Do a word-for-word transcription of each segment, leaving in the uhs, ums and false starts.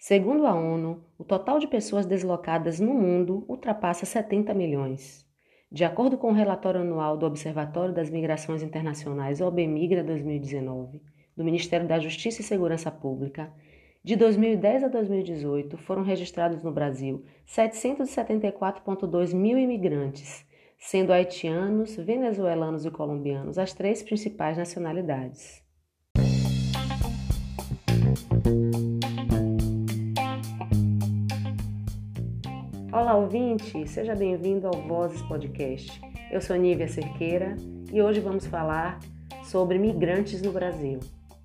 Segundo a ONU, o total de pessoas deslocadas no mundo ultrapassa setenta milhões. De acordo com o relatório anual do Observatório das Migrações Internacionais, OBMigra dois mil e dezenove, do Ministério da Justiça e Segurança Pública, de dois mil e dez a dois mil e dezoito foram registrados no Brasil setecentos e setenta e quatro vírgula dois mil imigrantes, sendo haitianos, venezuelanos e colombianos as três principais nacionalidades. Olá, ouvinte! Seja bem-vindo ao Vozes Podcast. Eu sou Nívia Cerqueira e hoje vamos falar sobre migrantes no Brasil.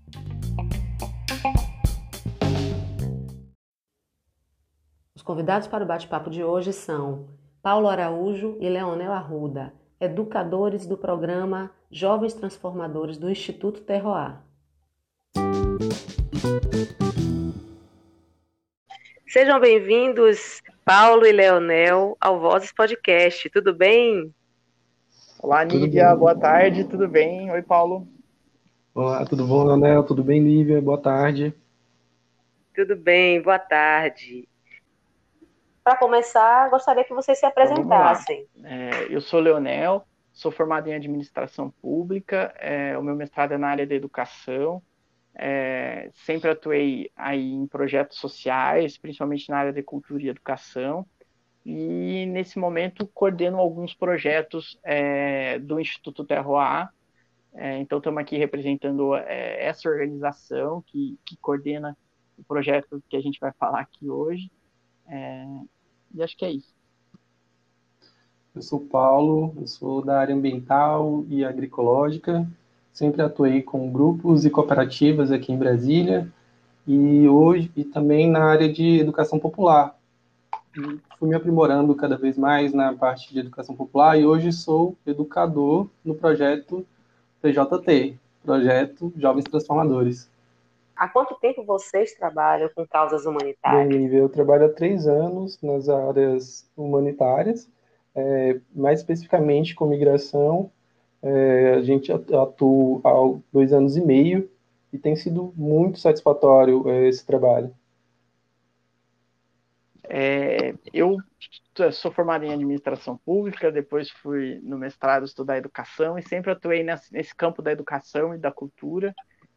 Os convidados para o bate-papo de hoje são Paulo Araújo e Leonel Arruda, educadores do programa Jovens Transformadores do Instituto Terroir. Sejam bem-vindos, Paulo e Leonel, ao Vozes Podcast. Tudo bem? Olá, Nívia. Boa tarde. Tudo bem? Oi, Paulo. Olá, tudo bom, Leonel? Tudo bem, Nívia? Boa tarde. Tudo bem, boa tarde. Para começar, gostaria que vocês se apresentassem. Então, é, eu sou Leonel, sou formado em administração pública, é, o meu mestrado é na área da educação, é, sempre atuei aí em projetos sociais, principalmente na área de cultura e educação, e nesse momento coordeno alguns projetos é, do Instituto Terroir. É, então estamos aqui representando é, essa organização que, que coordena o projeto que a gente vai falar aqui hoje. É, e acho que é isso. Eu sou Paulo, eu sou da área ambiental e agroecológica, sempre atuei com grupos e cooperativas aqui em Brasília e hoje e também na área de educação popular. E fui me aprimorando cada vez mais na parte de educação popular e hoje sou educador no projeto P J T, Projeto Jovens Transformadores. Há quanto tempo vocês trabalham com causas humanitárias? Bem, eu trabalho há três anos nas áreas humanitárias, é, mais especificamente com migração. É, a gente atua há dois anos e meio e tem sido muito satisfatório é, esse trabalho. É, eu sou formado em administração pública, depois fui no mestrado estudar educação e sempre atuei nesse, nesse campo da educação e da cultura.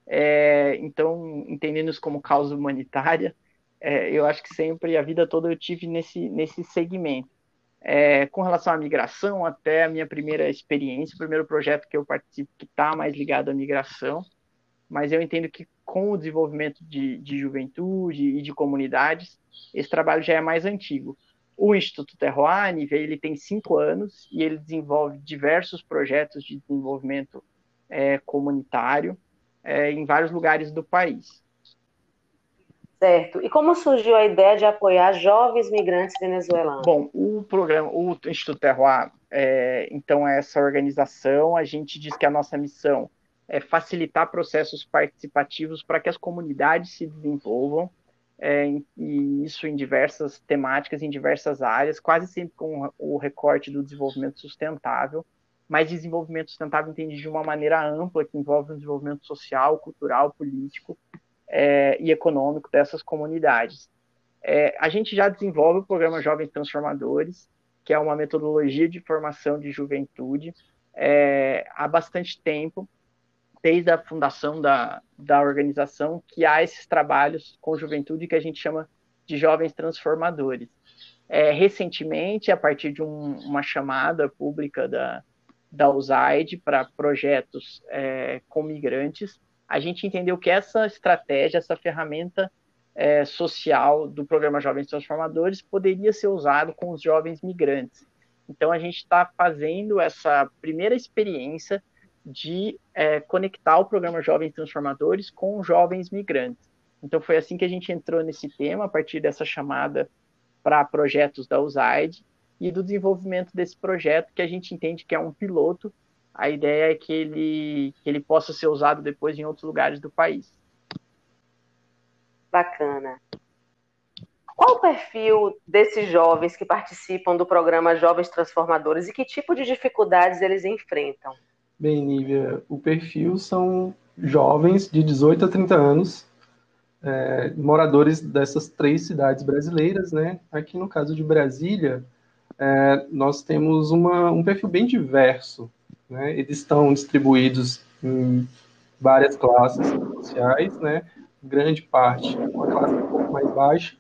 É, então, entendendo isso como causa humanitária, é, eu acho que sempre, a vida toda, eu tive nesse, nesse segmento. É, com relação à migração, até a minha primeira experiência, o primeiro projeto que eu participo que está mais ligado à migração, mas eu entendo que com o desenvolvimento de, de juventude e de comunidades, esse trabalho já é mais antigo. O Instituto Terroir, ele tem cinco anos e ele desenvolve diversos projetos de desenvolvimento é, comunitário é, em vários lugares do país. Certo. E como surgiu a ideia de apoiar jovens migrantes venezuelanos? Bom, o programa, o Instituto Terroir, é, então, é essa organização. A gente diz que a nossa missão é facilitar processos participativos para que as comunidades se desenvolvam, é, e isso em diversas temáticas, em diversas áreas, quase sempre com o recorte do desenvolvimento sustentável, mas desenvolvimento sustentável entendido de uma maneira ampla, que envolve o desenvolvimento social, cultural, político é, e econômico dessas comunidades. É, a gente já desenvolve o programa Jovens Transformadores, que é uma metodologia de formação de juventude, é, há bastante tempo, desde a fundação da, da organização, que há esses trabalhos com juventude que a gente chama de Jovens Transformadores. É, recentemente, a partir de um, uma chamada pública da, da U S A I D para projetos é, com migrantes, a gente entendeu que essa estratégia, essa ferramenta é, social do programa Jovens Transformadores poderia ser usado com os jovens migrantes. Então, a gente está fazendo essa primeira experiência de é, conectar o programa Jovens Transformadores com jovens migrantes. Então, foi assim que a gente entrou nesse tema, a partir dessa chamada para projetos da U S A I D e do desenvolvimento desse projeto, que a gente entende que é um piloto. A ideia é que ele, que ele possa ser usado depois em outros lugares do país. Bacana. Qual o perfil desses jovens que participam do programa Jovens Transformadores e que tipo de dificuldades eles enfrentam? Bem, Nívia, o perfil são jovens de dezoito a trinta anos, é, moradores dessas três cidades brasileiras, né? Aqui no caso de Brasília, é, nós temos uma, um perfil bem diverso, né? Eles estão distribuídos em várias classes sociais, né? Grande parte, uma classe um pouco mais baixa,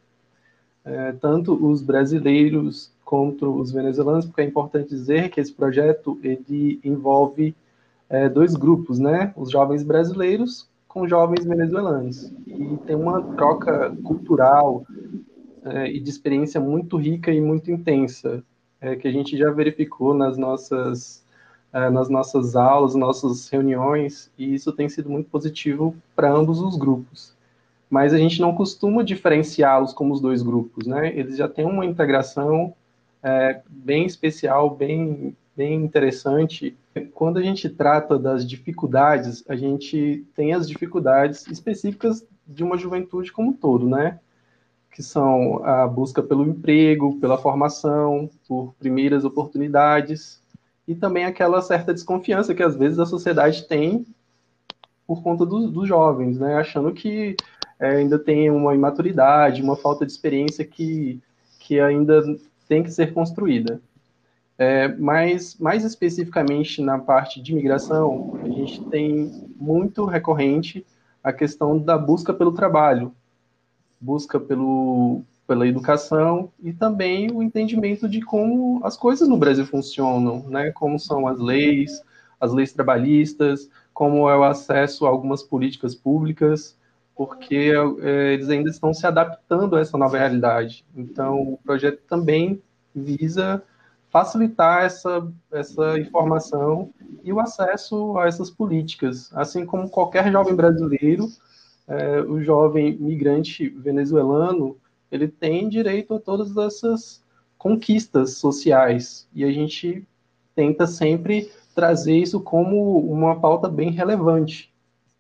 é, tanto os brasileiros quanto os venezuelanos, porque é importante dizer que esse projeto ele envolve é, dois grupos, né? Os jovens brasileiros com jovens venezuelanos. E tem uma troca cultural é, e de experiência muito rica e muito intensa, é, que a gente já verificou nas nossas, é, nas nossas aulas, nossas reuniões, e isso tem sido muito positivo para ambos os grupos. Mas a gente não costuma diferenciá-los como os dois grupos, né? Eles já têm uma integração é, bem especial, bem, bem interessante. Quando a gente trata das dificuldades, a gente tem as dificuldades específicas de uma juventude como um todo, né? Que são a busca pelo emprego, pela formação, por primeiras oportunidades, e também aquela certa desconfiança que às vezes a sociedade tem por conta do, dos jovens, né? Achando que é, ainda tem uma imaturidade, uma falta de experiência que, que ainda tem que ser construída. É, mas, mais especificamente na parte de imigração, a gente tem muito recorrente a questão da busca pelo trabalho, busca pelo, pela educação e também o entendimento de como as coisas no Brasil funcionam, né? Como são as leis, as leis trabalhistas, como é o acesso a algumas políticas públicas, porque é, eles ainda estão se adaptando a essa nova realidade. Então, o projeto também visa facilitar essa, essa informação e o acesso a essas políticas, assim como qualquer jovem brasileiro, é, o jovem migrante venezuelano, ele tem direito a todas essas conquistas sociais, e a gente tenta sempre trazer isso como uma pauta bem relevante.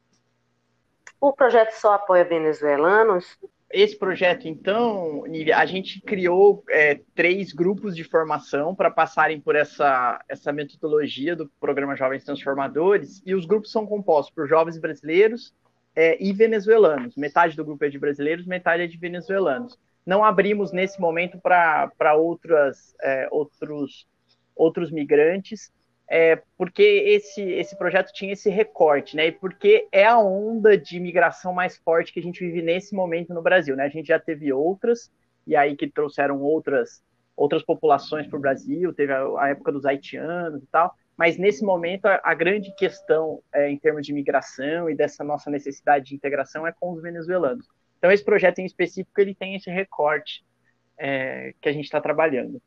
O projeto só apoia venezuelanos? Esse projeto, então, Nívia, a gente criou é, três grupos de formação para passarem por essa, essa metodologia do programa Jovens Transformadores, e os grupos são compostos por jovens brasileiros é, e venezuelanos. Metade do grupo é de brasileiros, metade é de venezuelanos. Não abrimos nesse momento para outras é, outros, outros migrantes, é, porque esse, esse projeto tinha esse recorte, né? E porque é a onda de imigração mais forte que a gente vive nesse momento no Brasil, né? A gente já teve outras, e aí que trouxeram outras, outras populações para o Brasil, teve a, a época dos haitianos e tal, mas nesse momento a, a grande questão é, em termos de imigração e dessa nossa necessidade de integração é com os venezuelanos. Então esse projeto em específico, ele tem esse recorte é, que a gente está trabalhando.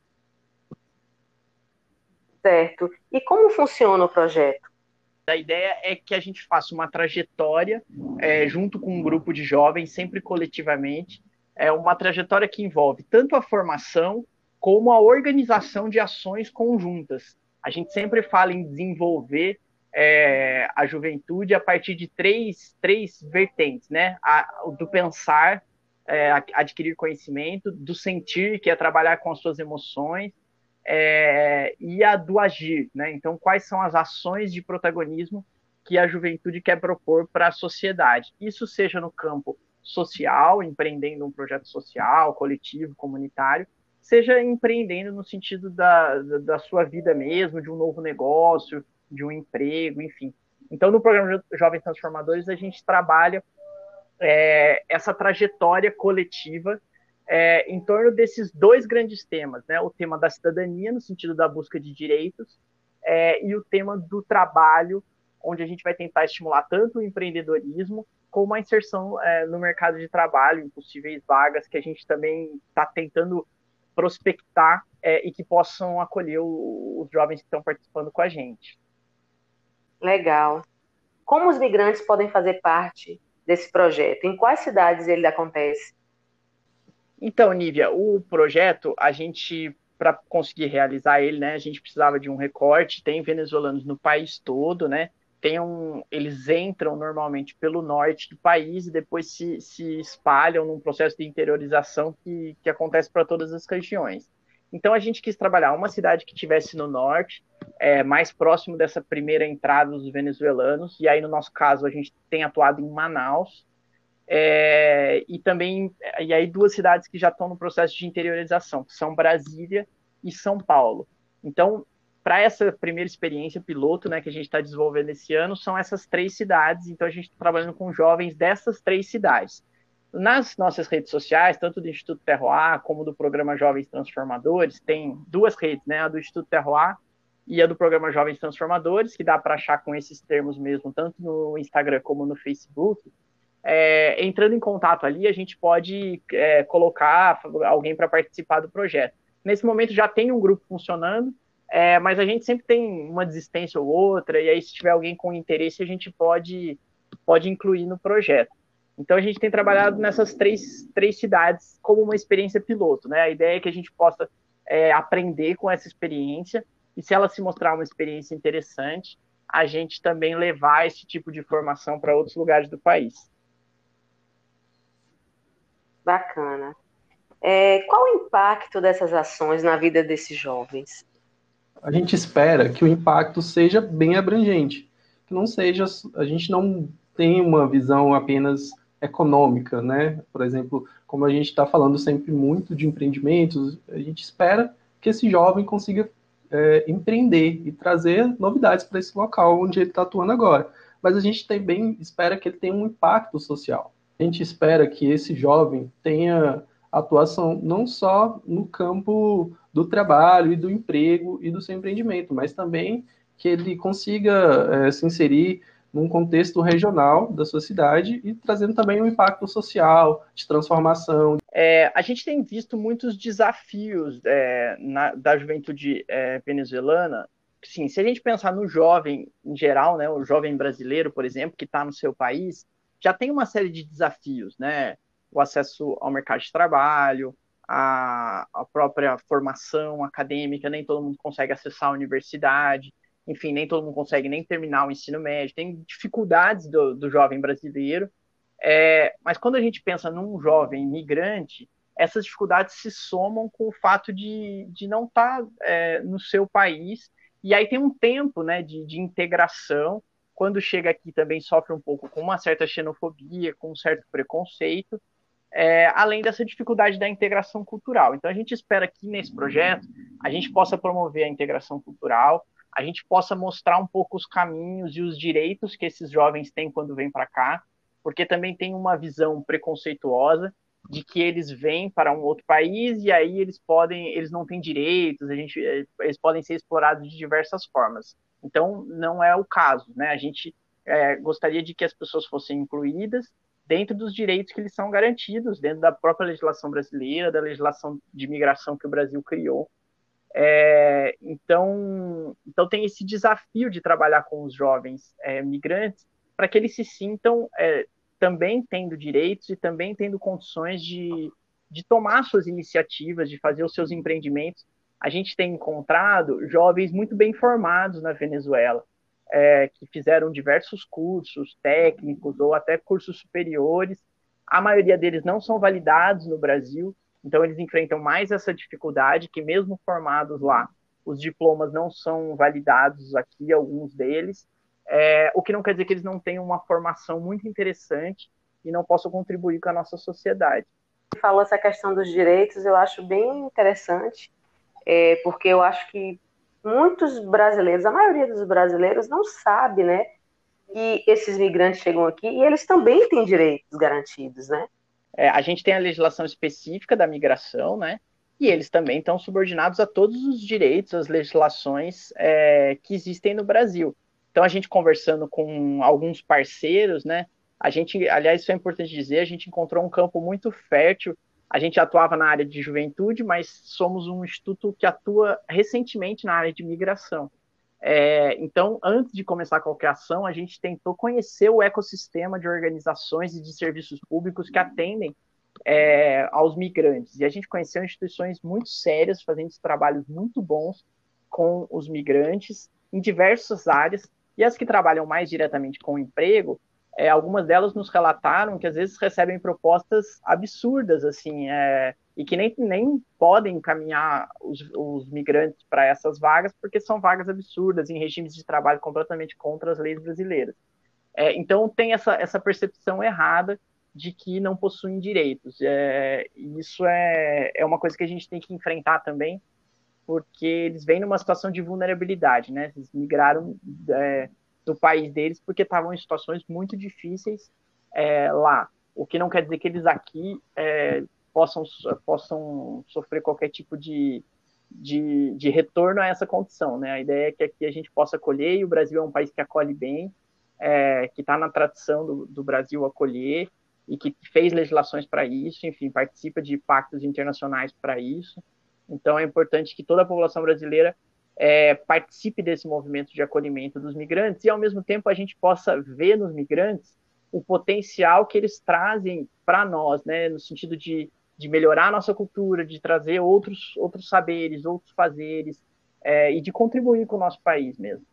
Certo. E como funciona o projeto? A ideia é que a gente faça uma trajetória é, junto com um grupo de jovens, sempre coletivamente, é uma trajetória que envolve tanto a formação como a organização de ações conjuntas. A gente sempre fala em desenvolver é, a juventude a partir de três, três vertentes, né? A, do pensar, é, adquirir conhecimento, do sentir, que é trabalhar com as suas emoções, É, e a do agir, né? Então, quais são as ações de protagonismo que a juventude quer propor para a sociedade? Isso seja no campo social, empreendendo um projeto social, coletivo, comunitário, seja empreendendo no sentido da, da sua vida mesmo, de um novo negócio, de um emprego, enfim. Então, no programa Jovens Transformadores, a gente trabalha é, essa trajetória coletiva é, em torno desses dois grandes temas, né? O tema da cidadania, no sentido da busca de direitos, é, e o tema do trabalho, onde a gente vai tentar estimular tanto o empreendedorismo como a inserção é, no mercado de trabalho, em possíveis vagas que a gente também está tentando prospectar é, e que possam acolher o, os jovens que estão participando com a gente. Legal. Como os migrantes podem fazer parte desse projeto? Em quais cidades ele acontece? Então, Nívia, o projeto, a gente, para conseguir realizar ele, né, a gente precisava de um recorte, tem venezuelanos no país todo, né, tem um, eles entram normalmente pelo norte do país e depois se, se espalham num processo de interiorização que, que acontece para todas as regiões. Então, a gente quis trabalhar uma cidade que estivesse no norte, é, mais próximo dessa primeira entrada dos venezuelanos, e aí, no nosso caso, a gente tem atuado em Manaus, É, e também, e aí duas cidades que já estão no processo de interiorização, que são Brasília e São Paulo. Então, para essa primeira experiência piloto, né, que a gente está desenvolvendo esse ano, são essas três cidades, então a gente está trabalhando com jovens dessas três cidades. Nas nossas redes sociais, tanto do Instituto Terroir como do Programa Jovens Transformadores, tem duas redes, né, a do Instituto Terroir e a do Programa Jovens Transformadores, que dá para achar com esses termos mesmo, tanto no Instagram como no Facebook. É, entrando em contato ali, a gente pode é, colocar alguém para participar do projeto. Nesse momento já tem um grupo funcionando, é, mas a gente sempre tem uma desistência ou outra, e aí se tiver alguém com interesse, a gente pode, pode incluir no projeto. Então a gente tem trabalhado nessas três, três cidades como uma experiência piloto, né? A ideia é que a gente possa é, aprender com essa experiência, e se ela se mostrar uma experiência interessante, a gente também levar esse tipo de formação para outros lugares do país. Bacana. É, qual o impacto dessas ações na vida desses jovens? A gente espera que o impacto seja bem abrangente, que não seja, a gente não tem uma visão apenas econômica, né? Por exemplo, como a gente está falando sempre muito de empreendimentos, a gente espera que esse jovem consiga é, empreender e trazer novidades para esse local onde ele está atuando agora. Mas a gente também espera que ele tenha um impacto social. A gente espera que esse jovem tenha atuação não só no campo do trabalho e do emprego e do seu empreendimento, mas também que ele consiga é, se inserir num contexto regional da sua cidade e trazendo também um impacto social, de transformação. É, a gente tem visto muitos desafios é, na, da juventude é, venezuelana. Sim, se a gente pensar no jovem em geral, né, o jovem brasileiro, por exemplo, que está no seu país, já tem uma série de desafios, né? O acesso ao mercado de trabalho, a, a própria formação acadêmica, nem todo mundo consegue acessar a universidade, enfim, nem todo mundo consegue nem terminar o ensino médio, tem dificuldades do, do jovem brasileiro. É, mas quando a gente pensa num jovem migrante, essas dificuldades se somam com o fato de, de não estar tá, é, no seu país, e aí tem um tempo, né, de, de integração. Quando chega aqui também sofre um pouco com uma certa xenofobia, com um certo preconceito, é, além dessa dificuldade da integração cultural. Então a gente espera que nesse projeto a gente possa promover a integração cultural, a gente possa mostrar um pouco os caminhos e os direitos que esses jovens têm quando vêm para cá, porque também tem uma visão preconceituosa de que eles vêm para um outro país e aí eles podem, eles não têm direitos, a gente, eles podem ser explorados de diversas formas. Então não é o caso, né? A gente é, gostaria de que as pessoas fossem incluídas dentro dos direitos que lhes são garantidos, dentro da própria legislação brasileira, da legislação de imigração que o Brasil criou. É, então, então tem esse desafio de trabalhar com os jovens é, migrantes para que eles se sintam é, também tendo direitos e também tendo condições de, de tomar suas iniciativas, de fazer os seus empreendimentos. A gente tem encontrado jovens muito bem formados na Venezuela, é, que fizeram diversos cursos técnicos ou até cursos superiores. A maioria deles não são validados no Brasil, então eles enfrentam mais essa dificuldade, que mesmo formados lá, os diplomas não são validados aqui, alguns deles, é, o que não quer dizer que eles não tenham uma formação muito interessante e não possam contribuir com a nossa sociedade. Você falou essa questão dos direitos, eu acho bem interessante, é, porque eu acho que muitos brasileiros, a maioria dos brasileiros não sabe, né, que esses migrantes chegam aqui e eles também têm direitos garantidos, né? É, a gente tem a legislação específica da migração, né? E eles também estão subordinados a todos os direitos, as legislações é, que existem no Brasil. Então, a gente conversando com alguns parceiros, né? A gente, aliás, isso é importante dizer, a gente encontrou um campo muito fértil. A gente atuava na área de juventude, mas somos um instituto que atua recentemente na área de migração. É, então, antes de começar qualquer ação, a gente tentou conhecer o ecossistema de organizações e de serviços públicos que atendem é, aos migrantes. E a gente conheceu instituições muito sérias, fazendo trabalhos muito bons com os migrantes em diversas áreas, e as que trabalham mais diretamente com o emprego, é, algumas delas nos relataram que às vezes recebem propostas absurdas, assim, é, e que nem, nem podem encaminhar os, os migrantes para essas vagas, porque são vagas absurdas, em regimes de trabalho completamente contra as leis brasileiras. É, então tem essa, essa percepção errada de que não possuem direitos. É, isso é, é uma coisa que a gente tem que enfrentar também, porque eles vêm numa situação de vulnerabilidade, né? Eles migraram é, do país deles porque estavam em situações muito difíceis é, lá. O que não quer dizer que eles aqui é, possam, possam sofrer qualquer tipo de, de, de retorno a essa condição, né? A ideia é que aqui a gente possa acolher, e o Brasil é um país que acolhe bem, é, que está na tradição do, do Brasil acolher, e que fez legislações para isso, enfim, participa de pactos internacionais para isso. Então, é importante que toda a população brasileira é, participe desse movimento de acolhimento dos migrantes e, ao mesmo tempo, a gente possa ver nos migrantes o potencial que eles trazem para nós, né, no sentido de, de melhorar a nossa cultura, de trazer outros, outros saberes, outros fazeres, é, e de contribuir com o nosso país mesmo.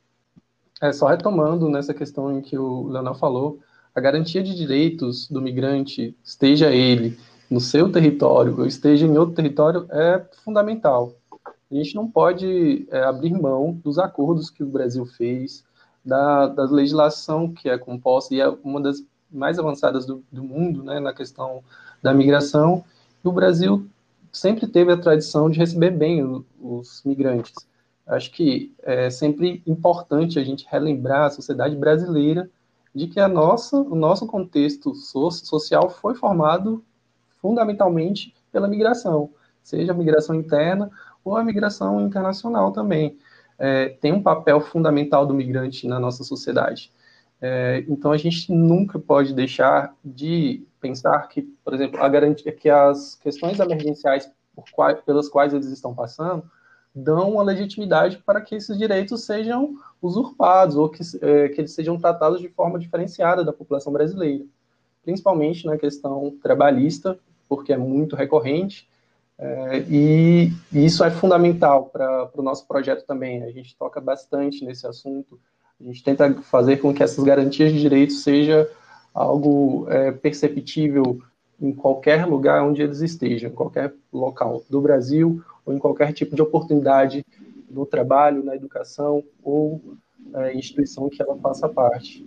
É, só retomando nessa questão em que o Leonel falou, a garantia de direitos do migrante, esteja ele no seu território ou esteja em outro território, é fundamental. A gente não pode é, abrir mão dos acordos que o Brasil fez, da, da legislação que é composta, e é uma das mais avançadas do, do mundo, né, na questão da migração, e o Brasil sempre teve a tradição de receber bem os, os migrantes. Acho que é sempre importante a gente relembrar a sociedade brasileira de que a nossa, o nosso contexto so, social foi formado fundamentalmente pela migração, seja a migração interna ou a migração internacional também. É, tem um papel fundamental do migrante na nossa sociedade. É, então a gente nunca pode deixar de pensar que, por exemplo, a garantia que as questões emergenciais por quais, pelas quais eles estão passando dão uma legitimidade para que esses direitos sejam usurpados ou que, é, que eles sejam tratados de forma diferenciada da população brasileira, principalmente na questão trabalhista, porque é muito recorrente, é, e, e isso é fundamental para o nosso projeto também. A gente toca bastante nesse assunto, a gente tenta fazer com que essas garantias de direitos seja algo é, perceptível em qualquer lugar onde eles estejam, em qualquer local do Brasil, ou em qualquer tipo de oportunidade no trabalho, na educação ou é, instituição que ela faça parte.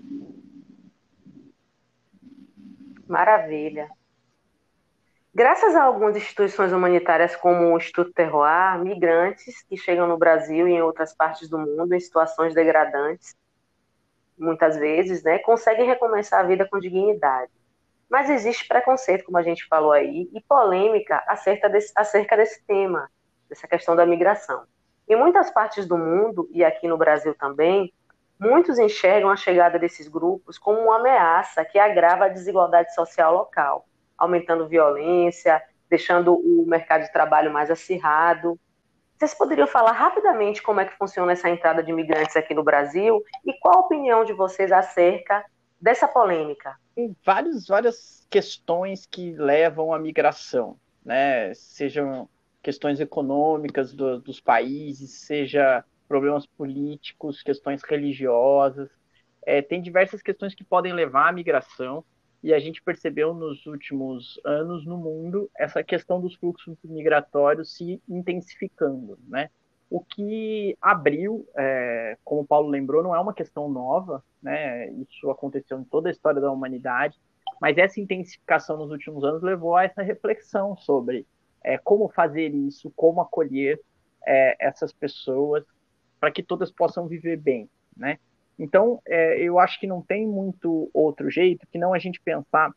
Maravilha. Graças a algumas instituições humanitárias como o Instituto Terroir, migrantes que chegam no Brasil e em outras partes do mundo em situações degradantes, muitas vezes, né, conseguem recomeçar a vida com dignidade. Mas existe preconceito, como a gente falou aí, e polêmica acerca desse, acerca desse tema, dessa questão da migração. Em muitas partes do mundo, e aqui no Brasil também, muitos enxergam a chegada desses grupos como uma ameaça que agrava a desigualdade social local, aumentando violência, deixando o mercado de trabalho mais acirrado. Vocês poderiam falar rapidamente como é que funciona essa entrada de imigrantes aqui no Brasil e qual a opinião de vocês acerca dessa polêmica? Tem vários, várias questões que levam à migração, né? Sejam questões econômicas do, dos países, seja problemas políticos, questões religiosas. É, tem diversas questões que podem levar à migração, e a gente percebeu nos últimos anos no mundo essa questão dos fluxos migratórios se intensificando, né? O que abriu, é, como o Paulo lembrou, não é uma questão nova, né? Isso aconteceu em toda a história da humanidade, mas essa intensificação nos últimos anos levou a essa reflexão sobre é, como fazer isso, como acolher é, essas pessoas para que todas possam viver bem, né? Então, é, eu acho que não tem muito outro jeito que não a gente pensar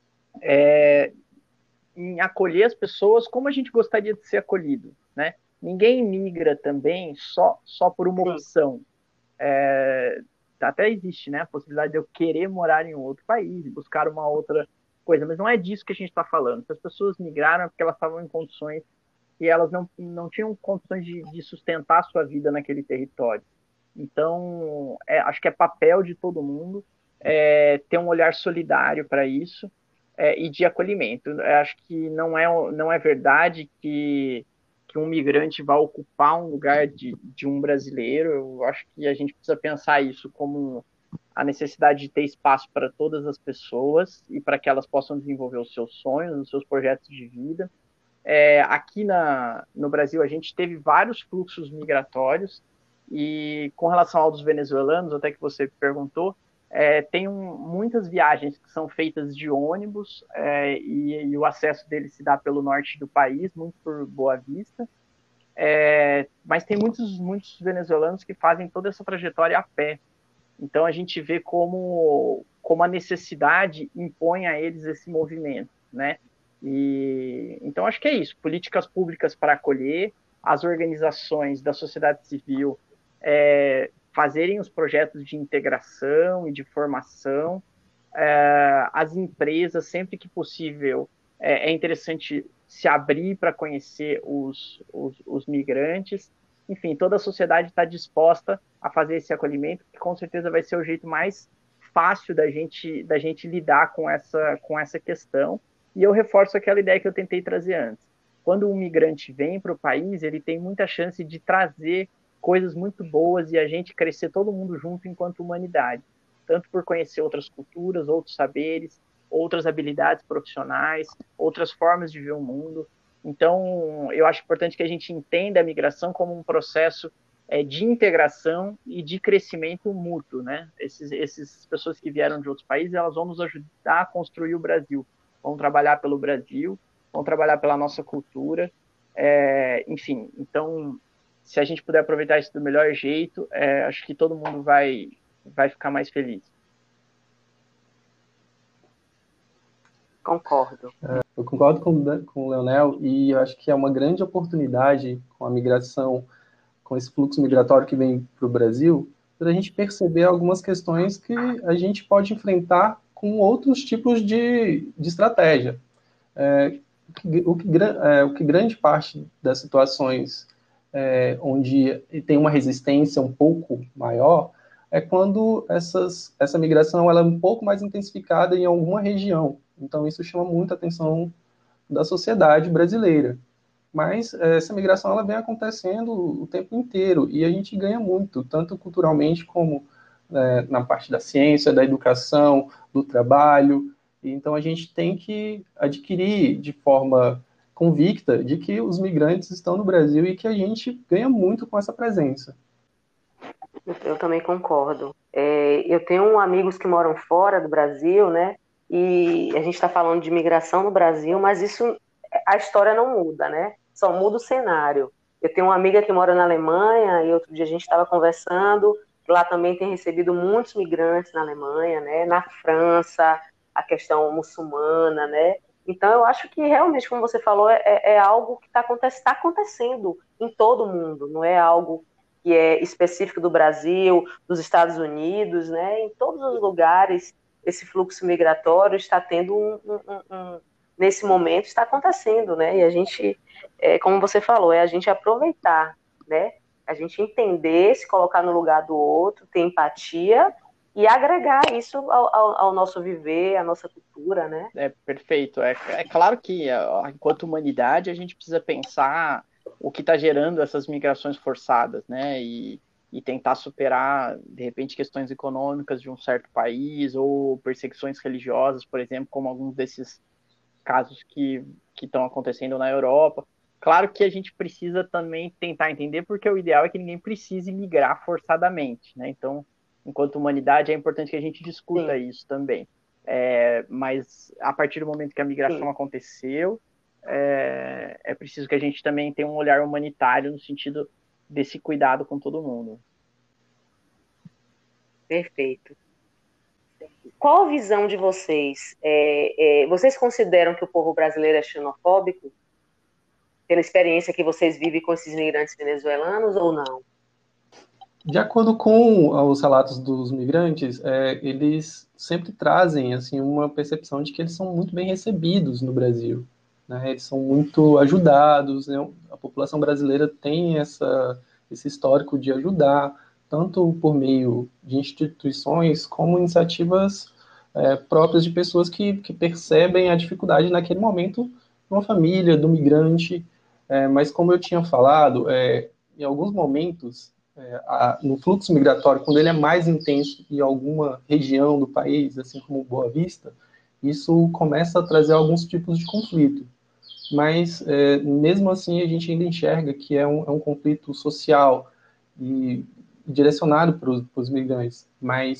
é, em acolher as pessoas como a gente gostaria de ser acolhido, né? Ninguém migra também só, só por uma opção. É, até existe, né, a possibilidade de eu querer morar em outro país e buscar uma outra coisa, mas não é disso que a gente está falando. Se as pessoas migraram é porque elas estavam em condições e elas não, não tinham condições de, de sustentar a sua vida naquele território. Então, é, acho que é papel de todo mundo é, ter um olhar solidário para isso é, e de acolhimento. Eu acho que não é, não é verdade que, que um migrante vai ocupar um lugar de, de um brasileiro. Eu acho que a gente precisa pensar isso como a necessidade de ter espaço para todas as pessoas e para que elas possam desenvolver os seus sonhos, os seus projetos de vida. É, aqui na, no Brasil, a gente teve vários fluxos migratórios, e com relação aos venezuelanos, até que você perguntou, é, tem um, muitas viagens que são feitas de ônibus, é, e, e o acesso dele se dá pelo norte do país, muito por Boa Vista, é, mas tem muitos, muitos venezuelanos que fazem toda essa trajetória a pé. Então a gente vê como, como a necessidade impõe a eles esse movimento, né? E, então acho que é isso, políticas públicas para acolher, as organizações da sociedade civil é, fazerem os projetos de integração e de formação, é, as empresas, sempre que possível, é, é interessante se abrir para conhecer os, os, os migrantes. Enfim, toda a sociedade está disposta a fazer esse acolhimento, que com certeza vai ser o jeito mais fácil da gente, da gente lidar com essa, com essa questão. E eu reforço aquela ideia que eu tentei trazer antes. Quando um migrante vem para o país, ele tem muita chance de trazer coisas muito boas e a gente crescer todo mundo junto enquanto humanidade. Tanto por conhecer outras culturas, outros saberes, outras habilidades profissionais, outras formas de ver o mundo. Então, eu acho importante que a gente entenda a migração como um processo é, de integração e de crescimento mútuo, né? Esses, essas pessoas que vieram de outros países, elas vão nos ajudar a construir o Brasil, vão trabalhar pelo Brasil, vão trabalhar pela nossa cultura, é, enfim. Então, se a gente puder aproveitar isso do melhor jeito, é, acho que todo mundo vai, vai ficar mais feliz. Concordo. Eu concordo com, com o Leonel e eu acho que é uma grande oportunidade com a migração, com esse fluxo migratório que vem para o Brasil, para a gente perceber algumas questões que a gente pode enfrentar com outros tipos de, de estratégia. É, o, que, o, que, é, o que grande parte das situações é, onde tem uma resistência um pouco maior é quando essas, essa migração ela é um pouco mais intensificada em alguma região. Então, isso chama muito a atenção da sociedade brasileira. Mas essa migração ela vem acontecendo o tempo inteiro e a gente ganha muito, tanto culturalmente como é, na parte da ciência, da educação, do trabalho. Então, a gente tem que adquirir de forma convicta de que os migrantes estão no Brasil e que a gente ganha muito com essa presença. Eu também concordo. É, eu tenho amigos que moram fora do Brasil, né? E a gente está falando de imigração no Brasil, mas isso, a história não muda, né? Só muda o cenário. Eu tenho uma amiga que mora na Alemanha e outro dia a gente estava conversando. Lá também tem recebido muitos migrantes na Alemanha, né? Na França, a questão muçulmana, né? Então eu acho que realmente, como você falou, é, é algo que está acontecendo, tá acontecendo em todo o mundo, não é algo que é específico do Brasil, dos Estados Unidos, né? Em todos os lugares, esse fluxo migratório está tendo um, um, um, um nesse momento está acontecendo, né? E a gente, é, como você falou, é a gente aproveitar, né? A gente entender, se colocar no lugar do outro, ter empatia e agregar isso ao, ao, ao nosso viver, à nossa cultura, né? É perfeito. É, é claro que, enquanto humanidade, a gente precisa pensar o que está gerando essas migrações forçadas, né? E, e tentar superar, de repente, questões econômicas de um certo país ou perseguições religiosas, por exemplo, como alguns desses casos que que estão acontecendo na Europa. Claro que a gente precisa também tentar entender, porque o ideal é que ninguém precise migrar forçadamente, né? Então, enquanto humanidade, é importante que a gente discuta Sim. isso também. É, mas, a partir do momento que a migração Sim. aconteceu, é, é preciso que a gente também tenha um olhar humanitário no sentido desse cuidado com todo mundo. Perfeito. Qual a visão de vocês? É, é, vocês consideram que o povo brasileiro é xenofóbico? Pela experiência que vocês vivem com esses migrantes venezuelanos ou não? De acordo com os relatos dos migrantes, é, eles sempre trazem assim, uma percepção de que eles são muito bem recebidos no Brasil. Né? Eles são muito ajudados, né? A população brasileira tem essa, esse histórico de ajudar, tanto por meio de instituições como iniciativas é, próprias de pessoas que, que percebem a dificuldade naquele momento de uma família, do migrante. É, mas como eu tinha falado, é, em alguns momentos, é, a, no fluxo migratório, quando ele é mais intenso em alguma região do país, assim como Boa Vista, isso começa a trazer alguns tipos de conflito. Mas, é, mesmo assim, a gente ainda enxerga que é um, é um conflito social e direcionado para os migrantes. Mas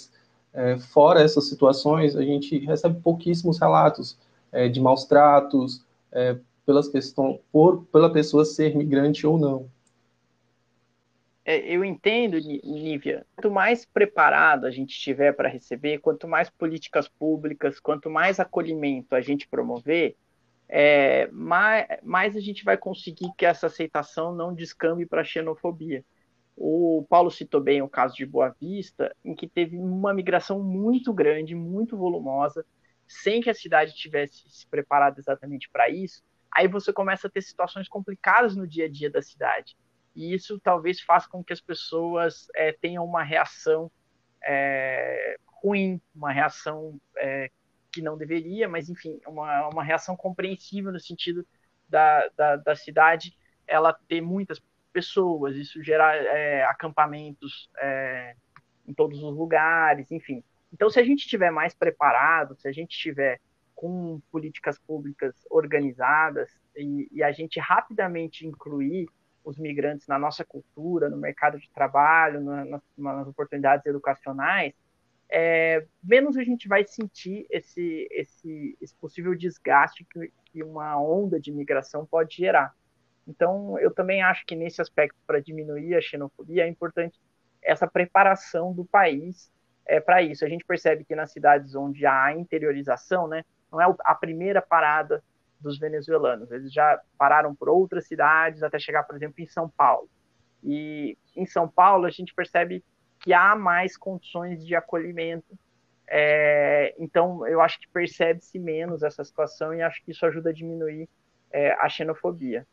É, fora essas situações, a gente recebe pouquíssimos relatos é, de maus tratos, é, pelas questão, por, pela pessoa ser migrante ou não. É, eu entendo, Nívia, quanto mais preparado a gente estiver para receber, quanto mais políticas públicas, quanto mais acolhimento a gente promover, é, mais, mais a gente vai conseguir que essa aceitação não descambe para a xenofobia. O Paulo citou bem o caso de Boa Vista, em que teve uma migração muito grande, muito volumosa, sem que a cidade tivesse se preparado exatamente para isso. Aí você começa a ter situações complicadas no dia a dia da cidade. E isso talvez faça com que as pessoas é, tenham uma reação é, ruim, uma reação é, que não deveria, mas enfim, uma, uma reação compreensível no sentido da, da, da cidade ela ter muitas pessoas, isso gerar é, acampamentos é, em todos os lugares, enfim. Então, se a gente estiver mais preparado, se a gente estiver com políticas públicas organizadas e, e a gente rapidamente incluir os migrantes na nossa cultura, no mercado de trabalho, na, nas, nas oportunidades educacionais, é, menos a gente vai sentir esse, esse, esse possível desgaste que, que uma onda de migração pode gerar. Então, eu também acho que nesse aspecto, para diminuir a xenofobia, é importante essa preparação do país é, para isso. A gente percebe que nas cidades onde há interiorização, né, não é a primeira parada dos venezuelanos. Eles já pararam por outras cidades até chegar, por exemplo, em São Paulo. E em São Paulo, a gente percebe que há mais condições de acolhimento. É, então, eu acho que percebe-se menos essa situação e acho que isso ajuda a diminuir é, a xenofobia.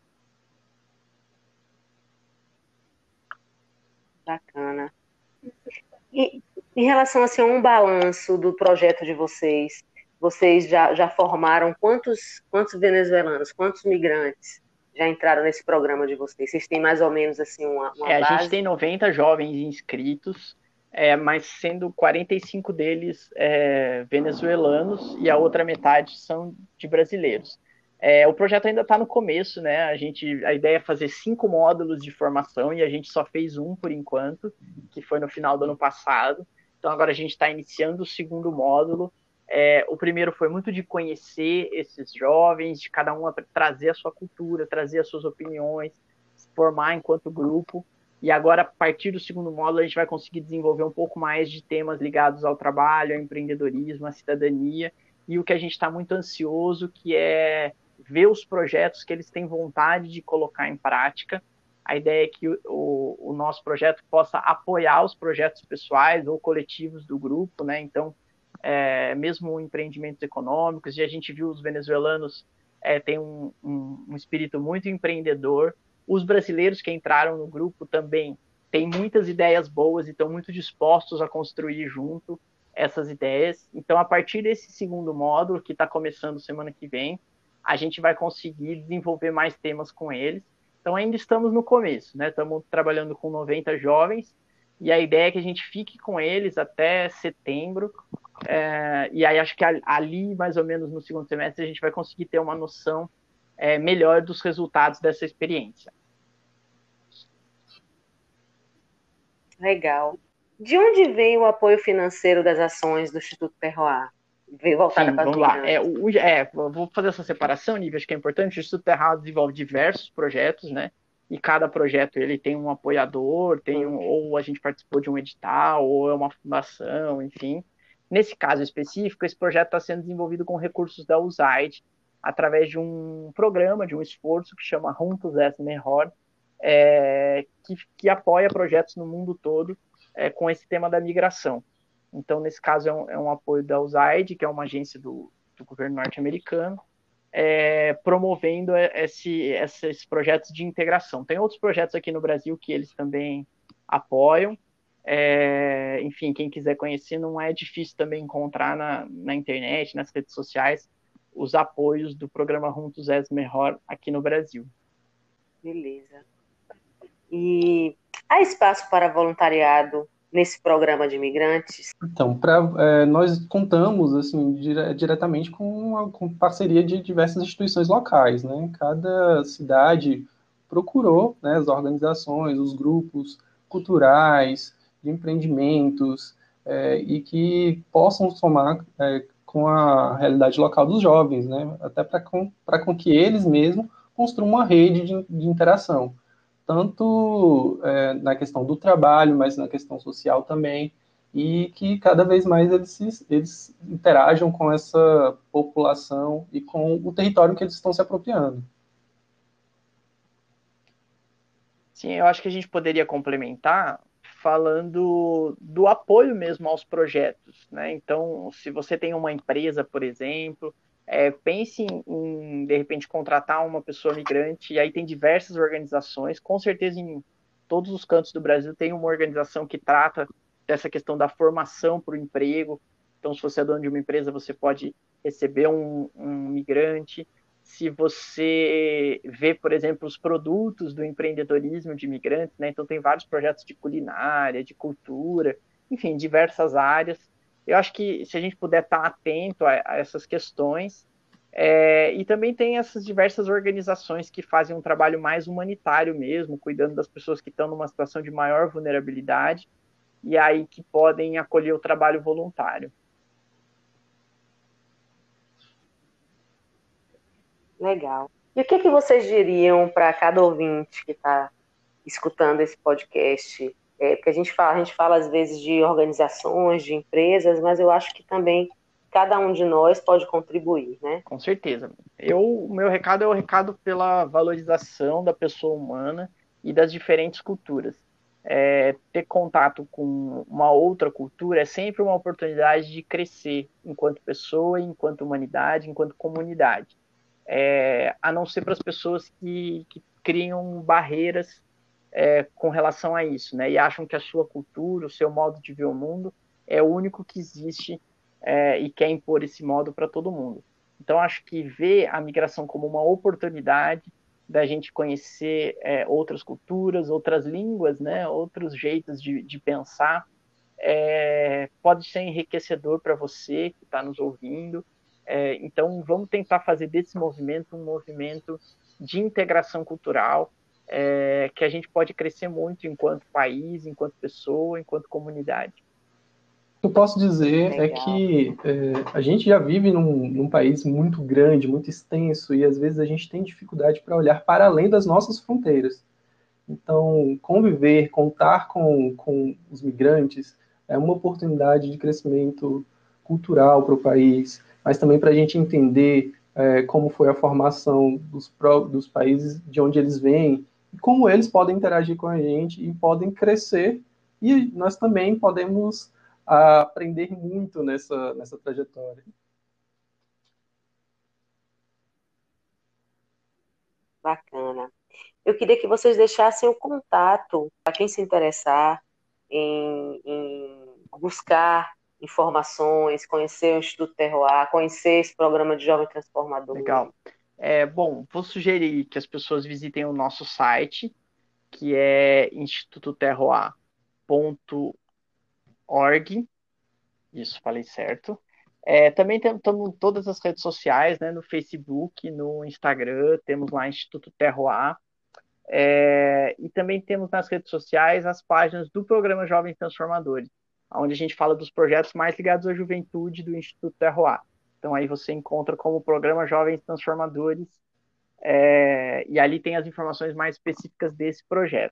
Bacana. E em relação assim, a um balanço do projeto de vocês, vocês já, já formaram quantos, quantos venezuelanos, quantos migrantes já entraram nesse programa de vocês? Vocês têm mais ou menos assim uma, uma é, base? A gente tem noventa jovens inscritos, é, mas sendo quarenta e cinco deles é, venezuelanos e a outra metade são de brasileiros. É, o projeto ainda está no começo, né? A, gente, a ideia é fazer cinco módulos de formação e a gente só fez um por enquanto, que foi no final do ano passado. Então agora a gente está iniciando o segundo módulo. É, o primeiro foi muito de conhecer esses jovens, de cada um trazer a sua cultura, trazer as suas opiniões, se formar enquanto grupo. E agora, a partir do segundo módulo, a gente vai conseguir desenvolver um pouco mais de temas ligados ao trabalho, ao empreendedorismo, à cidadania, e o que a gente está muito ansioso, que é ver os projetos que eles têm vontade de colocar em prática. A ideia é que o, o nosso projeto possa apoiar os projetos pessoais ou coletivos do grupo, né? Então, é, mesmo empreendimentos econômicos, e a gente viu os venezuelanos é, têm um, um, um espírito muito empreendedor. Os brasileiros que entraram no grupo também têm muitas ideias boas e estão muito dispostos a construir junto essas ideias. Então, a partir desse segundo módulo, que está começando semana que vem, a gente vai conseguir desenvolver mais temas com eles. Então, ainda estamos no começo, né? Estamos trabalhando com noventa jovens e a ideia é que a gente fique com eles até setembro. É, e aí, acho que ali, mais ou menos no segundo semestre, a gente vai conseguir ter uma noção é, melhor dos resultados dessa experiência. Legal. De onde vem o apoio financeiro das ações do Instituto Terroir? Veio voltada para as vamos lá. migrantes. É, o, é, vou fazer essa separação, Nívia, acho que é importante. O Instituto Terroir desenvolve diversos projetos, né? E cada projeto ele tem um apoiador, tem um, ou a gente participou de um edital, ou é uma fundação, enfim. Nesse caso específico, esse projeto está sendo desenvolvido com recursos da U S A I D, através de um programa, de um esforço que chama Juntos es Mejor, é, que, que apoia projetos no mundo todo é, com esse tema da migração. Então, nesse caso, é um, é um apoio da U S A I D, que é uma agência do, do governo norte-americano, é, promovendo esse, esses projetos de integração. Tem outros projetos aqui no Brasil que eles também apoiam. É, enfim, quem quiser conhecer, não é difícil também encontrar na, na internet, nas redes sociais, os apoios do programa Juntos es Mejor aqui no Brasil. Beleza. E há espaço para voluntariado nesse programa de imigrantes? Então, pra, é, nós contamos assim, dire, diretamente com, uma, com parceria de diversas instituições locais, né? Cada cidade procurou, né, as organizações, os grupos culturais, de empreendimentos, é, e que possam somar é, com a realidade local dos jovens, né? Até para com, para com que eles mesmos construam uma rede de, de interação, tanto é, na questão do trabalho, mas na questão social também, e que cada vez mais eles, se, eles interajam com essa população e com o território que eles estão se apropriando. Sim, eu acho que a gente poderia complementar falando do apoio mesmo aos projetos, né? Então, se você tem uma empresa, por exemplo, é, pense em, em, de repente, contratar uma pessoa migrante, e aí tem diversas organizações, com certeza em todos os cantos do Brasil tem uma organização que trata dessa questão da formação para o emprego. Então, se você é dono de uma empresa, você pode receber um, um migrante. Se você vê, por exemplo, os produtos do empreendedorismo de imigrantes, né? Então tem vários projetos de culinária, de cultura, enfim, diversas áreas. Eu acho que se a gente puder estar atento a, a essas questões, é, e também tem essas diversas organizações que fazem um trabalho mais humanitário mesmo, cuidando das pessoas que estão numa situação de maior vulnerabilidade, e aí que podem acolher o trabalho voluntário. Legal. E o que que vocês diriam para cada ouvinte que está escutando esse podcast? É, porque a gente fala, a gente fala às vezes de organizações, de empresas, mas eu acho que também cada um de nós pode contribuir, né? Com certeza. Eu, o meu recado é o recado pela valorização da pessoa humana e das diferentes culturas. É, ter contato com uma outra cultura é sempre uma oportunidade de crescer enquanto pessoa, enquanto humanidade, enquanto comunidade. É, a não ser para as pessoas que, que criam barreiras é, com relação a isso, né? E acham que a sua cultura, o seu modo de ver o mundo é o único que existe é, e quer impor esse modo para todo mundo. Então, acho que ver a migração como uma oportunidade da gente conhecer é, outras culturas, outras línguas, né? Outros jeitos de, de pensar, é, pode ser enriquecedor para você que está nos ouvindo. É, então, vamos tentar fazer desse movimento um movimento de integração cultural, é, que a gente pode crescer muito enquanto país, enquanto pessoa, enquanto comunidade. O que eu posso dizer Legal. é que é, a gente já vive num, num país muito grande, muito extenso, e às vezes a gente tem dificuldade para olhar para além das nossas fronteiras. Então, conviver, contar com, com os migrantes é uma oportunidade de crescimento cultural para o país, mas também para a gente entender é, como foi a formação dos, dos países de onde eles vêm, e como eles podem interagir com a gente e podem crescer, e nós também podemos aprender muito nessa, nessa trajetória. Bacana. Eu queria que vocês deixassem o contato para quem se interessar em, em buscar informações, conhecer o Instituto Terroir, conhecer esse programa de Jovem Transformador. Legal. É, bom, vou sugerir que as pessoas visitem o nosso site, que é instituto terroir ponto org. Isso, falei certo. É, também estamos em todas as redes sociais, né, no Facebook, no Instagram, temos lá Instituto Terroir. É, e também temos nas redes sociais as páginas do programa Jovens Transformadores, onde a gente fala dos projetos mais ligados à juventude do Instituto Terroir. Então aí você encontra como programa Jovens Transformadores, é, e ali tem as informações mais específicas desse projeto.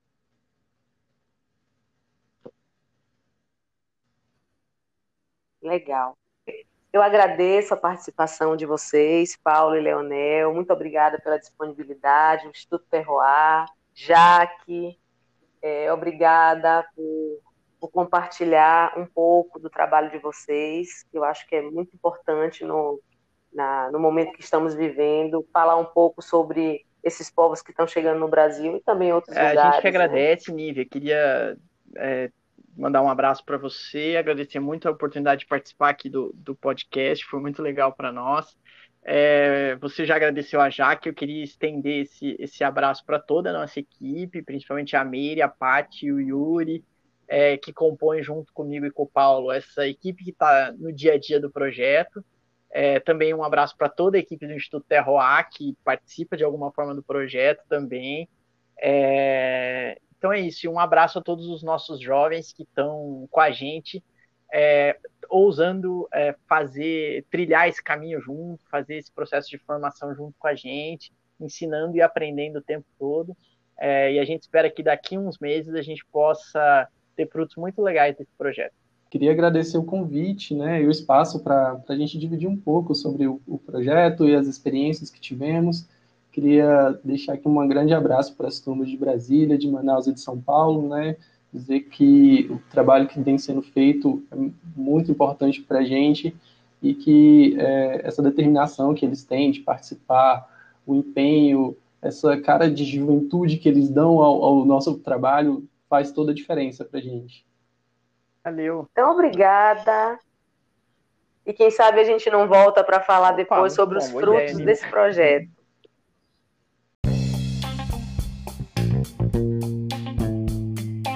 Legal. Eu agradeço a participação de vocês, Paulo e Leonel. Muito obrigada pela disponibilidade, o Instituto Terroir, Jaque, é, obrigada por, por compartilhar um pouco do trabalho de vocês, que eu acho que é muito importante no, na, no momento que estamos vivendo, falar um pouco sobre esses povos que estão chegando no Brasil e também em outros É, lugares. a gente que né? agradece, Nívia. Queria é, mandar um abraço para você, agradecer muito a oportunidade de participar aqui do, do podcast, foi muito legal para nós. É, você já agradeceu a Jaque, eu queria estender esse, esse abraço para toda a nossa equipe, principalmente a Meire, a Paty e o Yuri, é, que compõem junto comigo e com o Paulo essa equipe que está no dia a dia do projeto. É, também um abraço para toda a equipe do Instituto Terroir, que participa de alguma forma do projeto também. É, então é isso, um abraço a todos os nossos jovens que estão com a gente é, ousando é, fazer, trilhar esse caminho junto, fazer esse processo de formação junto com a gente, ensinando e aprendendo o tempo todo. É, e a gente espera que daqui a uns meses a gente possa ter frutos muito legais desse projeto. Queria agradecer o convite, né, e o espaço para a gente dividir um pouco sobre o, o projeto e as experiências que tivemos. Queria deixar aqui um grande abraço para as turmas de Brasília, de Manaus e de São Paulo, né, dizer que o trabalho que vem sendo feito é muito importante para a gente e que é, essa determinação que eles têm de participar, o empenho, essa cara de juventude que eles dão ao, ao nosso trabalho faz toda a diferença para a gente. Valeu. Então, obrigada. E quem sabe a gente não volta para falar Opa, depois sobre bom, os frutos ideia, desse projeto.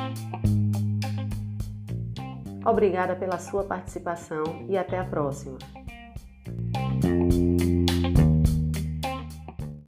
Obrigada pela sua participação e até a próxima.